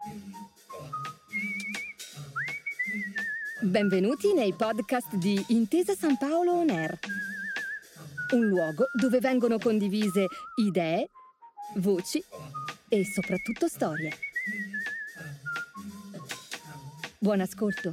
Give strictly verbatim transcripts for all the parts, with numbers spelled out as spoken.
Benvenuti nei podcast di Intesa San Paolo On Air, un luogo dove vengono condivise idee, voci e soprattutto storie. Buon ascolto.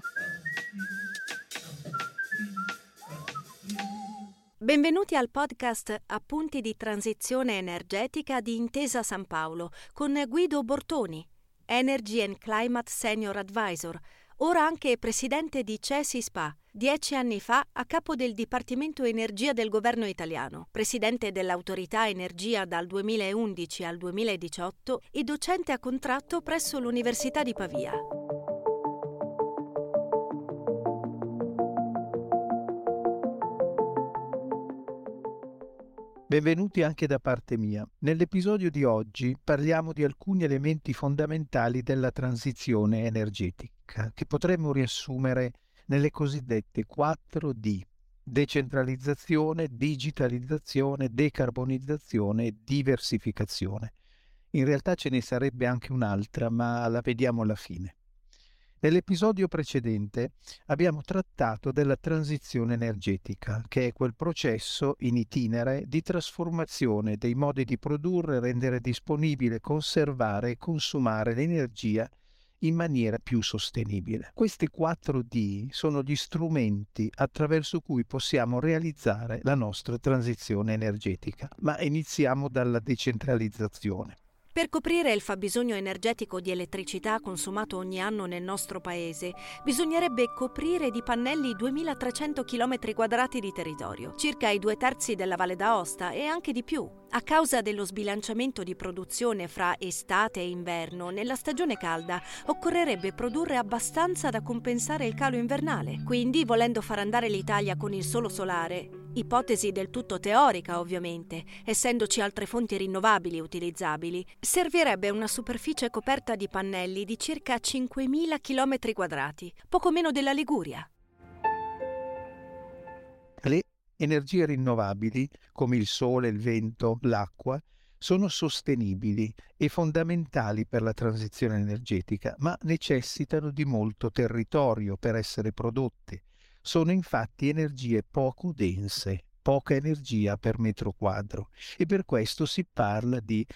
Benvenuti al podcast Appunti di transizione energetica di Intesa San Paolo con Guido Bortoni, Energy and Climate Senior Advisor, ora anche presidente di CESI S P A, dieci anni fa a capo del Dipartimento Energia del Governo italiano, presidente dell'Autorità Energia dal duemilaundici al duemiladiciotto e docente a contratto presso l'Università di Pavia. Benvenuti anche da parte mia. Nell'episodio di oggi parliamo di alcuni elementi fondamentali della transizione energetica che potremmo riassumere nelle cosiddette quattro D: decentralizzazione, digitalizzazione, decarbonizzazione e diversificazione. In realtà ce ne sarebbe anche un'altra, ma la vediamo alla fine. Nell'episodio precedente abbiamo trattato della transizione energetica, che è quel processo in itinere di trasformazione dei modi di produrre, rendere disponibile, conservare e consumare l'energia in maniera più sostenibile. Questi quattro D sono gli strumenti attraverso cui possiamo realizzare la nostra transizione energetica. Ma iniziamo dalla decentralizzazione. Per coprire il fabbisogno energetico di elettricità consumato ogni anno nel nostro paese, bisognerebbe coprire di pannelli duemilatrecento chilometri quadrati di territorio, circa i due terzi della Valle d'Aosta e anche di più. A causa dello sbilanciamento di produzione fra estate e inverno, nella stagione calda occorrerebbe produrre abbastanza da compensare il calo invernale. Quindi, volendo far andare l'Italia con il solo solare, ipotesi del tutto teorica ovviamente, essendoci altre fonti rinnovabili utilizzabili, servirebbe una superficie coperta di pannelli di circa cinquemila chilometri quadrati, poco meno della Liguria. Le energie rinnovabili, come il sole, il vento, l'acqua, sono sostenibili e fondamentali per la transizione energetica, ma necessitano di molto territorio per essere prodotte. Sono infatti energie poco dense, poca energia per metro quadro, e per questo si parla di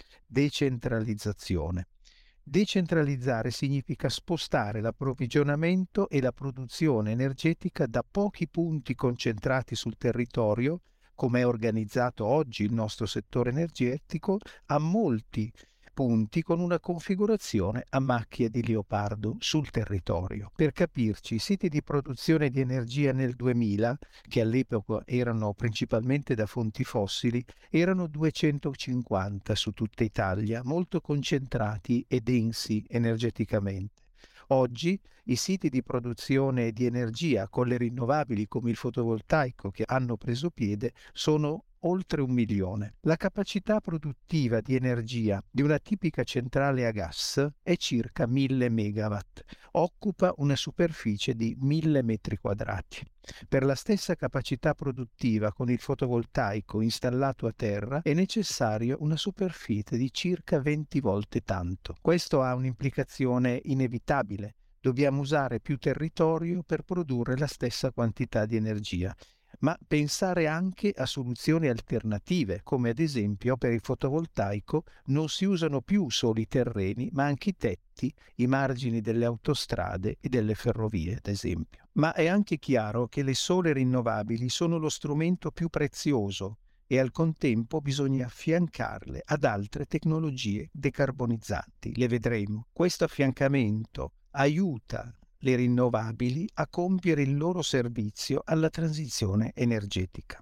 decentralizzazione. Decentralizzare significa spostare l'approvvigionamento e la produzione energetica da pochi punti concentrati sul territorio, come è organizzato oggi il nostro settore energetico, a molti punti con una configurazione a macchia di leopardo sul territorio. Per capirci, i siti di produzione di energia nel duemila, che all'epoca erano principalmente da fonti fossili, erano duecentocinquanta su tutta Italia, molto concentrati e densi energeticamente. Oggi i siti di produzione di energia con le rinnovabili come il fotovoltaico che hanno preso piede sono oltre un milione. La capacità produttiva di energia di una tipica centrale a gas è circa mille megawatt, occupa una superficie di mille metri quadrati. Per la stessa capacità produttiva con il fotovoltaico installato a terra è necessario una superficie di circa venti volte tanto. Questo ha un'implicazione inevitabile. Dobbiamo usare più territorio per produrre la stessa quantità di energia, ma pensare anche a soluzioni alternative, come ad esempio per il fotovoltaico non si usano più solo i terreni, ma anche i tetti, i margini delle autostrade e delle ferrovie, ad esempio. Ma è anche chiaro che le sole rinnovabili sono lo strumento più prezioso e al contempo bisogna affiancarle ad altre tecnologie decarbonizzanti. Le vedremo. Questo affiancamento aiuta le rinnovabili a compiere il loro servizio alla transizione energetica.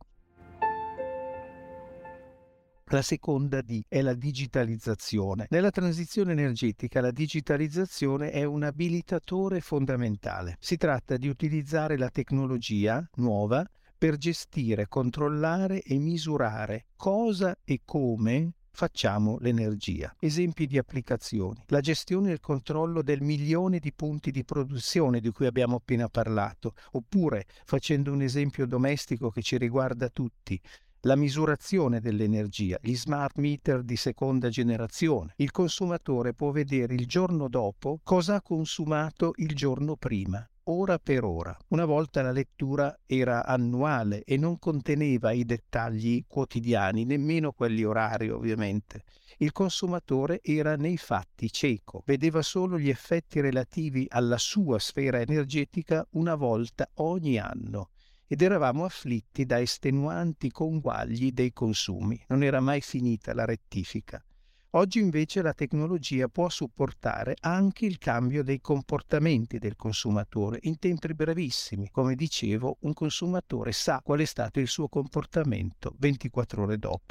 La seconda D è la digitalizzazione. Nella transizione energetica la digitalizzazione è un abilitatore fondamentale. Si tratta di utilizzare la tecnologia nuova per gestire, controllare e misurare cosa e come facciamo l'energia. Esempi di applicazioni: la gestione e il controllo del milione di punti di produzione di cui abbiamo appena parlato, oppure, facendo un esempio domestico che ci riguarda tutti, la misurazione dell'energia, gli smart meter di seconda generazione. Il consumatore può vedere il giorno dopo cosa ha consumato il giorno prima, ora per ora. Una volta la lettura era annuale e non conteneva i dettagli quotidiani, nemmeno quelli orari ovviamente. Il consumatore era nei fatti cieco, vedeva solo gli effetti relativi alla sua sfera energetica una volta ogni anno. Ed eravamo afflitti da estenuanti conguagli dei consumi. Non era mai finita la rettifica. Oggi invece la tecnologia può supportare anche il cambio dei comportamenti del consumatore in tempi brevissimi. Come dicevo, un consumatore sa qual è stato il suo comportamento ventiquattro ore dopo.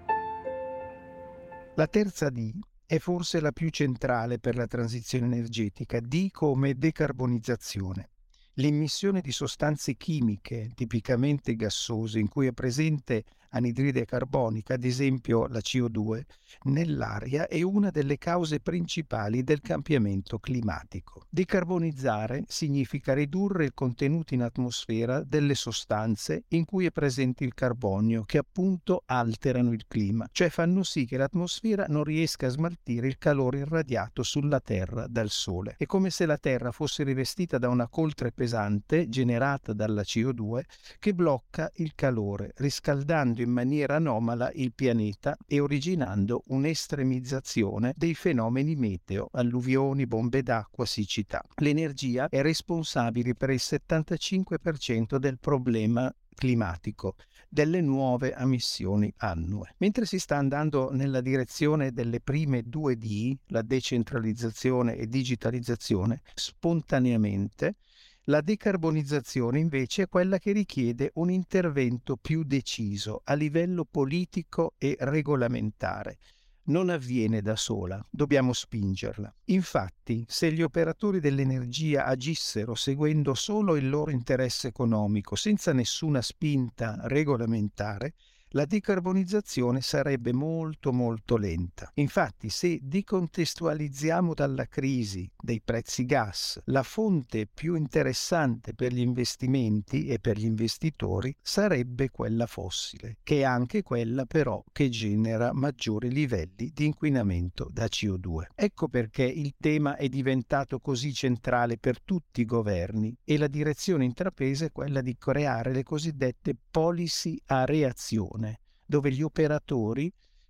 La terza D è forse la più centrale per la transizione energetica, D come decarbonizzazione. L'immissione di sostanze chimiche tipicamente gassose in cui è presente anidride carbonica, ad esempio la C O due, nell'aria è una delle cause principali del cambiamento climatico. Decarbonizzare significa ridurre il contenuto in atmosfera delle sostanze in cui è presente il carbonio, che appunto alterano il clima, cioè fanno sì che l'atmosfera non riesca a smaltire il calore irradiato sulla Terra dal Sole. È come se la Terra fosse rivestita da una coltre pesante generata dalla C O due che blocca il calore, riscaldando in maniera anomala il pianeta e originando un'estremizzazione dei fenomeni meteo, alluvioni, bombe d'acqua, siccità. L'energia è responsabile per il settantacinque per cento del problema climatico, delle nuove emissioni annue. Mentre si sta andando nella direzione delle prime due D, la decentralizzazione e digitalizzazione, spontaneamente, la decarbonizzazione invece è quella che richiede un intervento più deciso a livello politico e regolamentare. Non avviene da sola, dobbiamo spingerla. Infatti, se gli operatori dell'energia agissero seguendo solo il loro interesse economico, senza nessuna spinta regolamentare, la decarbonizzazione sarebbe molto molto lenta. Infatti, se decontestualizziamo dalla crisi dei prezzi gas, la fonte più interessante per gli investimenti e per gli investitori sarebbe quella fossile, che è anche quella però che genera maggiori livelli di inquinamento da C O due. Ecco perché il tema è diventato così centrale per tutti i governi e la direzione intrapresa è quella di creare le cosiddette policy a reazione, dove gli operatori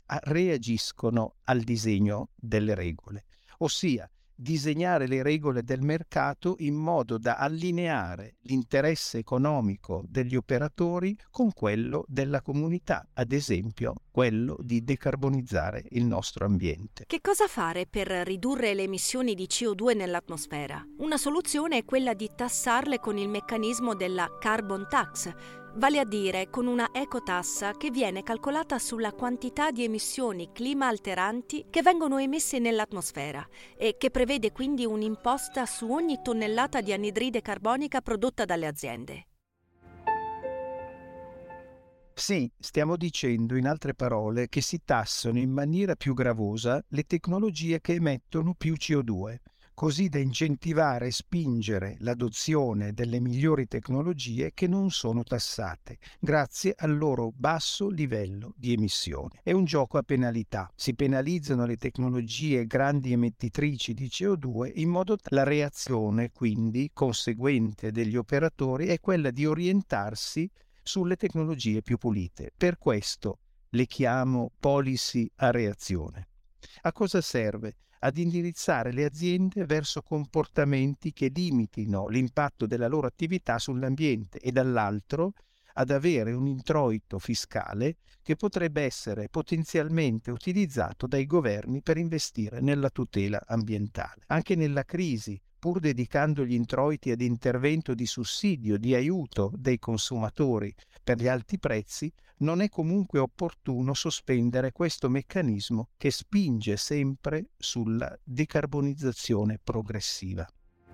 reagiscono al disegno delle regole, ossia disegnare le regole del mercato in modo da allineare l'interesse economico degli operatori con quello della comunità, ad esempio quello di decarbonizzare il nostro ambiente. Che cosa fare per ridurre le emissioni di C O due nell'atmosfera? Una soluzione è quella di tassarle con il meccanismo della carbon tax, vale a dire con una ecotassa che viene calcolata sulla quantità di emissioni clima alteranti che vengono emesse nell'atmosfera e che prevede quindi un'imposta su ogni tonnellata di anidride carbonica prodotta dalle aziende. Sì, stiamo dicendo in altre parole che si tassano in maniera più gravosa le tecnologie che emettono più C O due, così da incentivare e spingere l'adozione delle migliori tecnologie che non sono tassate, grazie al loro basso livello di emissione. È un gioco a penalità. Si penalizzano le tecnologie grandi emettitrici di C O due in modo che la reazione, quindi, conseguente degli operatori è quella di orientarsi sulle tecnologie più pulite. Per questo le chiamo policy a reazione. A cosa serve? Ad indirizzare le aziende verso comportamenti che limitino l'impatto della loro attività sull'ambiente e dall'altro ad avere un introito fiscale che potrebbe essere potenzialmente utilizzato dai governi per investire nella tutela ambientale. Anche nella crisi, pur dedicando gli introiti ad intervento di sussidio, di aiuto dei consumatori per gli alti prezzi, non è comunque opportuno sospendere questo meccanismo che spinge sempre sulla decarbonizzazione progressiva.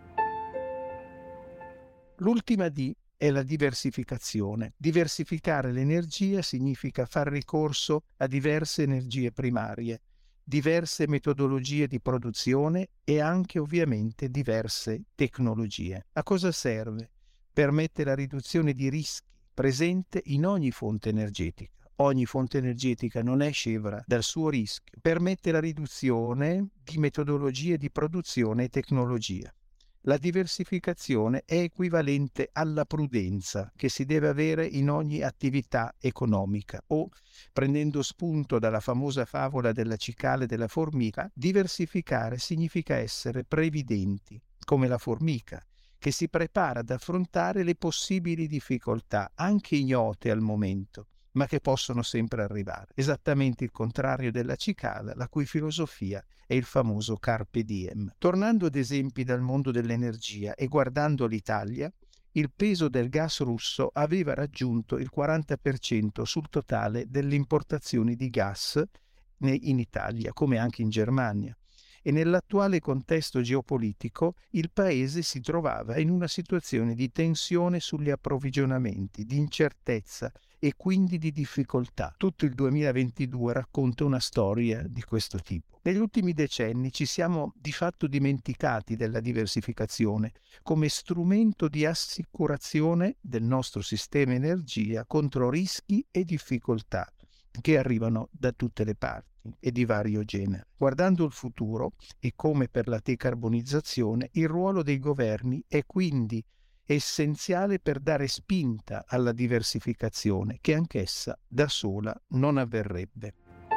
L'ultima D è la diversificazione. Diversificare l'energia significa far ricorso a diverse energie primarie, diverse metodologie di produzione e anche ovviamente diverse tecnologie. A cosa serve? Permette la riduzione di rischi presente in ogni fonte energetica, ogni fonte energetica non è scevra dal suo rischio, permette la riduzione di metodologie di produzione e tecnologia. La diversificazione è equivalente alla prudenza che si deve avere in ogni attività economica o, prendendo spunto dalla famosa favola della cicala e della formica, diversificare significa essere previdenti, come la formica, che si prepara ad affrontare le possibili difficoltà, anche ignote al momento, ma che possono sempre arrivare. Esattamente il contrario della cicala, la cui filosofia è il famoso carpe diem. Tornando ad esempi dal mondo dell'energia e guardando l'Italia, il peso del gas russo aveva raggiunto il quaranta per cento sul totale delle importazioni di gas in Italia, come anche in Germania. E nell'attuale contesto geopolitico il paese si trovava in una situazione di tensione sugli approvvigionamenti, di incertezza e quindi di difficoltà. Tutto il duemilaventidue racconta una storia di questo tipo. Negli ultimi decenni ci siamo di fatto dimenticati della diversificazione come strumento di assicurazione del nostro sistema energia contro rischi e difficoltà che arrivano da tutte le parti e di vario genere. Guardando il futuro, e come per la decarbonizzazione, il ruolo dei governi è quindi essenziale per dare spinta alla diversificazione, che anch'essa da sola non avverrebbe.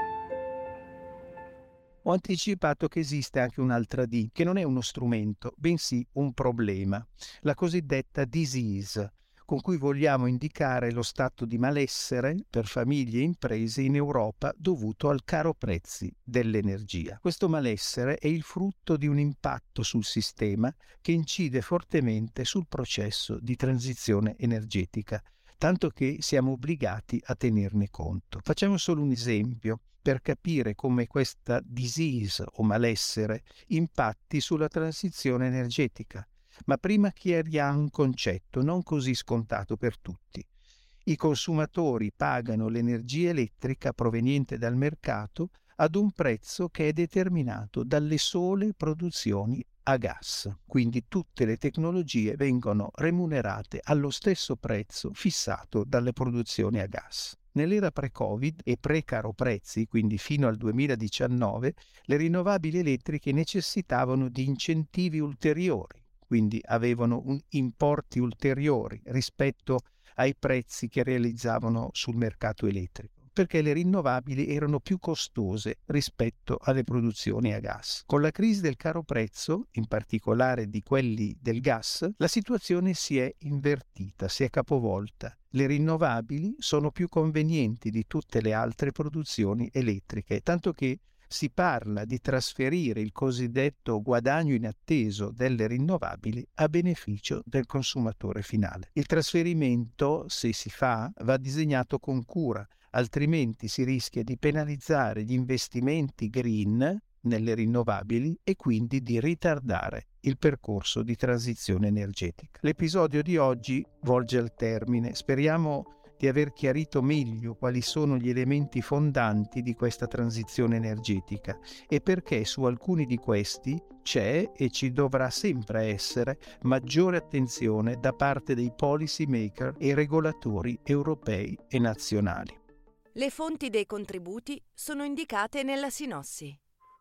Ho anticipato che esiste anche un'altra D, che non è uno strumento, bensì un problema, la cosiddetta disease, con cui vogliamo indicare lo stato di malessere per famiglie e imprese in Europa dovuto al caro prezzi dell'energia. Questo malessere è il frutto di un impatto sul sistema che incide fortemente sul processo di transizione energetica, tanto che siamo obbligati a tenerne conto. Facciamo solo un esempio per capire come questa disease o malessere impatti sulla transizione energetica. Ma prima chiariamo un concetto non così scontato per tutti. I consumatori pagano l'energia elettrica proveniente dal mercato ad un prezzo che è determinato dalle sole produzioni a gas. Quindi tutte le tecnologie vengono remunerate allo stesso prezzo fissato dalle produzioni a gas. Nell'era pre-Covid e pre-caro prezzi, quindi fino al duemiladiciannove, le rinnovabili elettriche necessitavano di incentivi ulteriori, quindi avevano un importi ulteriori rispetto ai prezzi che realizzavano sul mercato elettrico, perché le rinnovabili erano più costose rispetto alle produzioni a gas. Con la crisi del caro prezzo, in particolare di quelli del gas, la situazione si è invertita, si è capovolta. Le rinnovabili sono più convenienti di tutte le altre produzioni elettriche, tanto che si parla di trasferire il cosiddetto guadagno inatteso delle rinnovabili a beneficio del consumatore finale. Il trasferimento, se si fa, va disegnato con cura, altrimenti si rischia di penalizzare gli investimenti green nelle rinnovabili e quindi di ritardare il percorso di transizione energetica. L'episodio di oggi volge al termine. Speriamo di aver chiarito meglio quali sono gli elementi fondanti di questa transizione energetica e perché su alcuni di questi c'è e ci dovrà sempre essere maggiore attenzione da parte dei policy maker e regolatori europei e nazionali. Le fonti dei contributi sono indicate nella sinossi.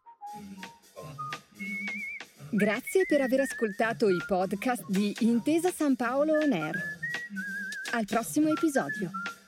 Grazie per aver ascoltato i podcast di Intesa San Paolo On Air. Al prossimo episodio.